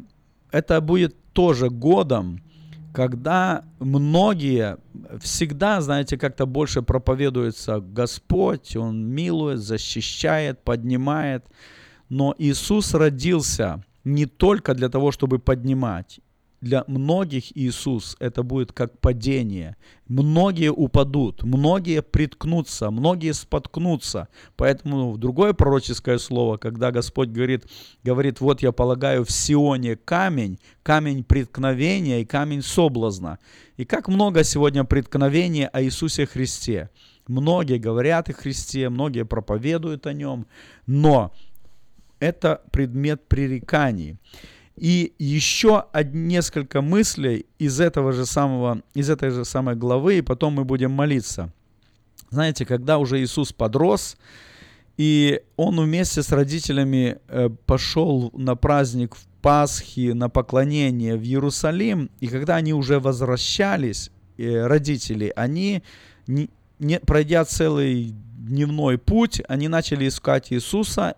это будет тоже годом, когда многие, всегда, знаете, как-то больше проповедуется Господь, Он милует, защищает, поднимает. Но Иисус родился не только для того, чтобы поднимать. Для многих Иисус это будет как падение. Многие упадут, многие приткнутся, многие споткнутся. Поэтому в другое пророческое слово, когда Господь говорит, говорит, вот я полагаю в Сионе камень, камень преткновения и камень соблазна. И как много сегодня преткновения о Иисусе Христе. Многие говорят о Христе, многие проповедуют о Нем, но это предмет пререканий. И еще несколько мыслей из этого же самого, из этой же самой главы, и потом мы будем молиться. Знаете, когда уже Иисус подрос, и Он вместе с родителями пошел на праздник в Пасхи, на поклонение в Иерусалим, и когда они уже возвращались, родители, они, не, не, пройдя целый дневной путь, они начали искать Иисуса,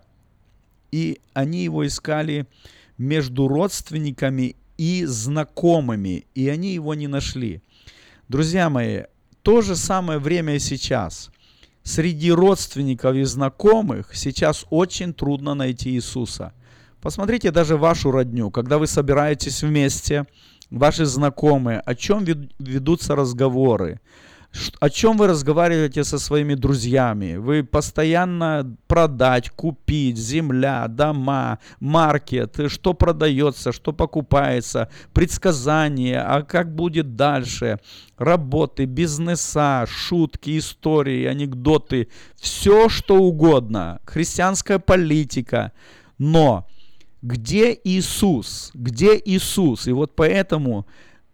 и они его искали между родственниками и знакомыми, и они его не нашли. Друзья мои, то же самое время и сейчас. Среди родственников и знакомых сейчас очень трудно найти Иисуса. Посмотрите даже вашу родню, когда вы собираетесь вместе, ваши знакомые, о чем ведутся разговоры, о чем вы разговариваете со своими друзьями. Вы постоянно продать, купить, земля, дома, маркет, что продается, что покупается, предсказания, а как будет дальше, работы, бизнеса, шутки, истории, анекдоты, все что угодно, христианская политика. Но где Иисус? Где Иисус? И вот поэтому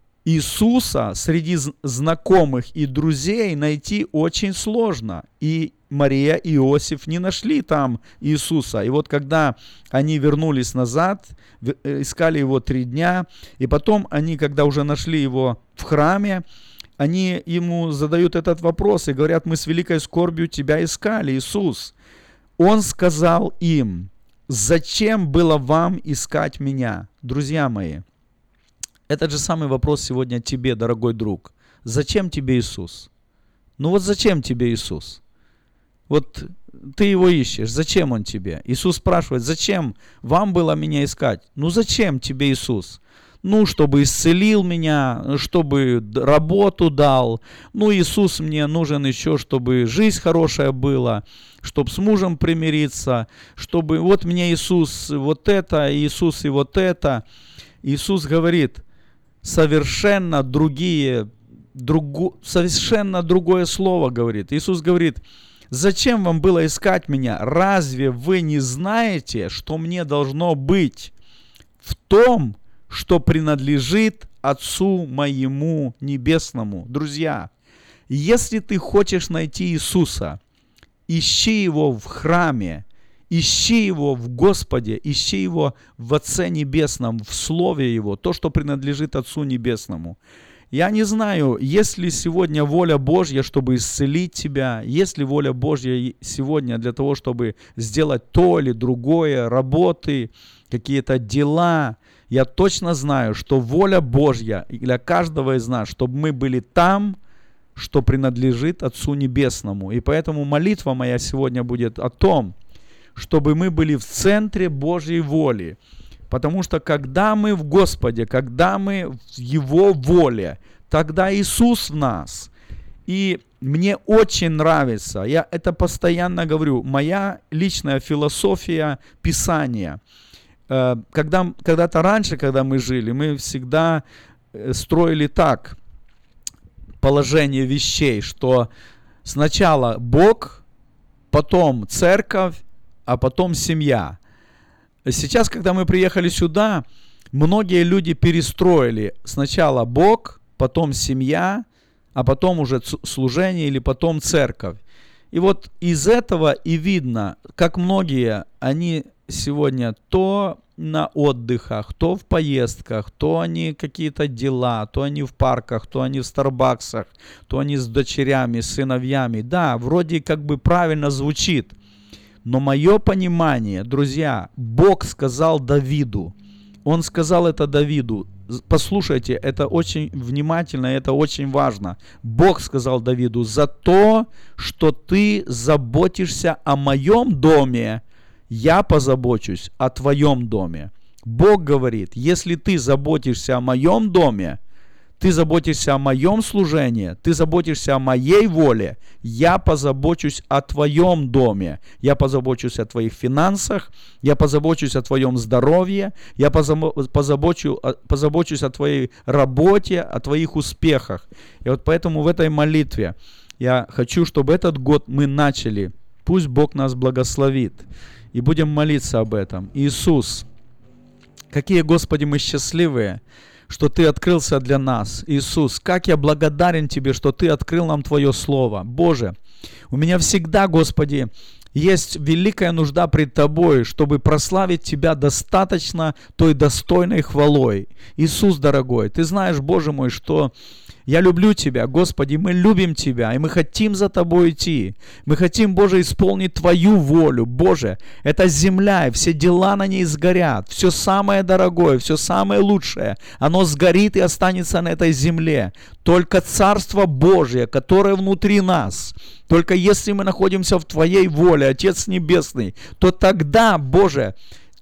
Иисуса среди знакомых и друзей найти очень сложно. И Мария и Иосиф не нашли там Иисуса. И вот когда они вернулись назад, искали его три дня, и потом они, когда уже нашли его в храме, они ему задают этот вопрос и говорят: мы с великой скорбью тебя искали, Иисус. Он сказал им: зачем было вам искать меня? Друзья мои, этот же самый вопрос сегодня тебе, дорогой друг. Зачем тебе Иисус? Ну вот зачем тебе Иисус? Вот ты его ищешь, зачем он тебе? Иисус спрашивает: зачем вам было меня искать? Ну зачем тебе Иисус? Ну, чтобы исцелил меня, чтобы работу дал. Ну, Иисус мне нужен еще, чтобы жизнь хорошая была, чтобы с мужем примириться, чтобы вот мне Иисус вот это, Иисус и вот это. Иисус говорит совершенно другие, другу, совершенно другое слово говорит. Иисус говорит: зачем вам было искать меня? Разве вы не знаете, что мне должно быть в том, что принадлежит Отцу моему Небесному? Друзья, если ты хочешь найти Иисуса, ищи Его в храме, ищи Его в Господе, ищи Его в Отце Небесном, в Слове Его, то, что принадлежит Отцу Небесному. Я не знаю, есть ли сегодня воля Божья, чтобы исцелить тебя, есть ли воля Божья сегодня для того, чтобы сделать то или другое, работы, какие-то дела. Я точно знаю, что воля Божья для каждого из нас, чтобы мы были там, что принадлежит Отцу Небесному. И поэтому молитва моя сегодня будет о том, чтобы мы были в центре Божьей воли. Потому что когда мы в Господе, когда мы в Его воле, тогда Иисус в нас. И мне очень нравится, я это постоянно говорю, моя личная философия Писания. Когда, когда-то раньше, когда мы жили, мы всегда строили так положение вещей, что сначала Бог, потом церковь, а потом семья. Сейчас, когда мы приехали сюда, многие люди перестроили сначала Бог, потом семья, а потом уже служение или потом церковь. И вот из этого и видно, как многие, они сегодня то на отдыхах, то в поездках, то они какие-то дела, то они в парках, то они в Старбаксах, то они с дочерями, с сыновьями. Да, вроде как бы правильно звучит. Но мое понимание, друзья, Бог сказал Давиду, Он сказал это Давиду, послушайте, это очень внимательно, это очень важно. Бог сказал Давиду: за то, что ты заботишься о моем доме, я позабочусь о твоем доме. Бог говорит: если ты заботишься о моем доме, ты заботишься о моем служении, ты заботишься о моей воле, я позабочусь о твоем доме, я позабочусь о твоих финансах, я позабочусь о твоем здоровье, я позабочу, позабочусь о твоей работе, о твоих успехах. И вот поэтому в этой молитве я хочу, чтобы этот год мы начали, пусть Бог нас благословит, и будем молиться об этом. Иисус, какие, Господи, мы счастливые, что Ты открылся для нас. Иисус, как я благодарен Тебе, что Ты открыл нам Твое Слово. Боже, у меня всегда, Господи, есть великая нужда пред Тобой, чтобы прославить Тебя достаточно той достойной хвалой. Иисус, дорогой, Ты знаешь, Боже мой, что я люблю Тебя, Господи, мы любим Тебя, и мы хотим за Тобой идти. Мы хотим, Боже, исполнить Твою волю. Боже, эта земля и все дела на ней сгорят. Все самое дорогое, все самое лучшее, оно сгорит и останется на этой земле. Только Царство Божие, которое внутри нас, только если мы находимся в Твоей воле, Отец Небесный, то тогда, Боже,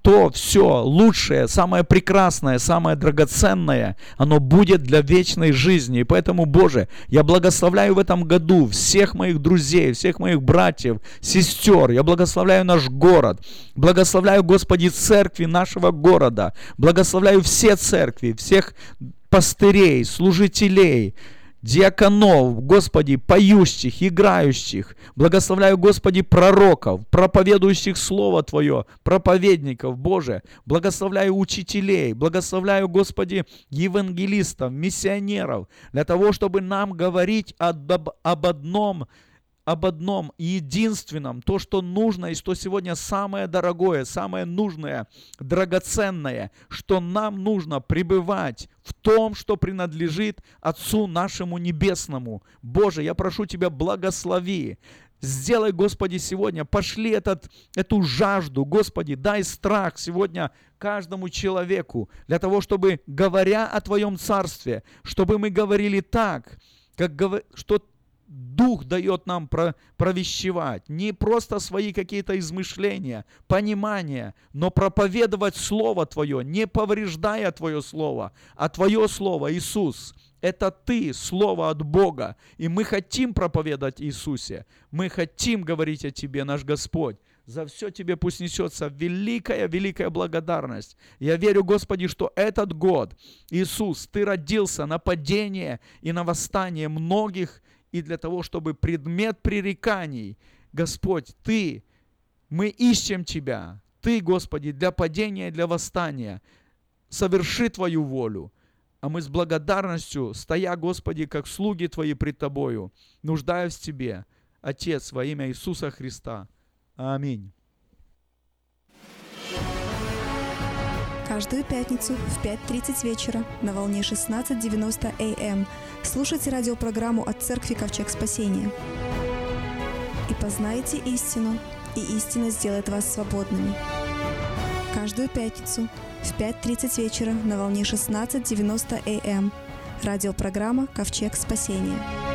то все лучшее, самое прекрасное, самое драгоценное, оно будет для вечной жизни. И поэтому, Боже, я благословляю в этом году всех моих друзей, всех моих братьев, сестер. Я благословляю наш город. Благословляю, Господи, церкви нашего города. Благословляю все церкви, всех пастырей, служителей, диаконов, Господи, поющих, играющих. Благословляю, Господи, пророков, проповедующих Слово Твое, проповедников, Боже. Благословляю учителей, благословляю, Господи, евангелистов, миссионеров, для того, чтобы нам говорить об, об одном, об одном единственном, то, что нужно и что сегодня самое дорогое, самое нужное, драгоценное, что нам нужно пребывать в том, что принадлежит Отцу нашему Небесному. Боже, я прошу Тебя, благослови. Сделай, Господи, сегодня, пошли этот, эту жажду, Господи, дай страх сегодня каждому человеку, для того, чтобы, говоря о Твоем Царстве, чтобы мы говорили так, как, что Дух дает нам провещевать, не просто свои какие-то измышления, понимания, но проповедовать Слово Твое, не повреждая Твое Слово, а Твое Слово, Иисус, это Ты, Слово от Бога, и мы хотим проповедовать Иисусе, мы хотим говорить о Тебе, наш Господь. За все Тебе пусть несется великая-великая благодарность. Я верю, Господи, что этот год, Иисус, Ты родился на падение и на восстание многих, и для того, чтобы предмет пререканий, Господь, Ты, мы ищем Тебя, Ты, Господи, для падения, для восстания, соверши Твою волю. А мы с благодарностью, стоя, Господи, как слуги Твои пред Тобою, нуждаясь в Тебе, Отец, во имя Иисуса Христа. Аминь. Каждую пятницу в пять тридцать вечера на волне шестнадцать девяносто эй эм слушайте радиопрограмму от Церкви Ковчег Спасения. И познайте истину, и истина сделает вас свободными. Каждую пятницу в пять тридцать вечера на волне шестнадцать девяносто эй эм радиопрограмма Ковчег Спасения.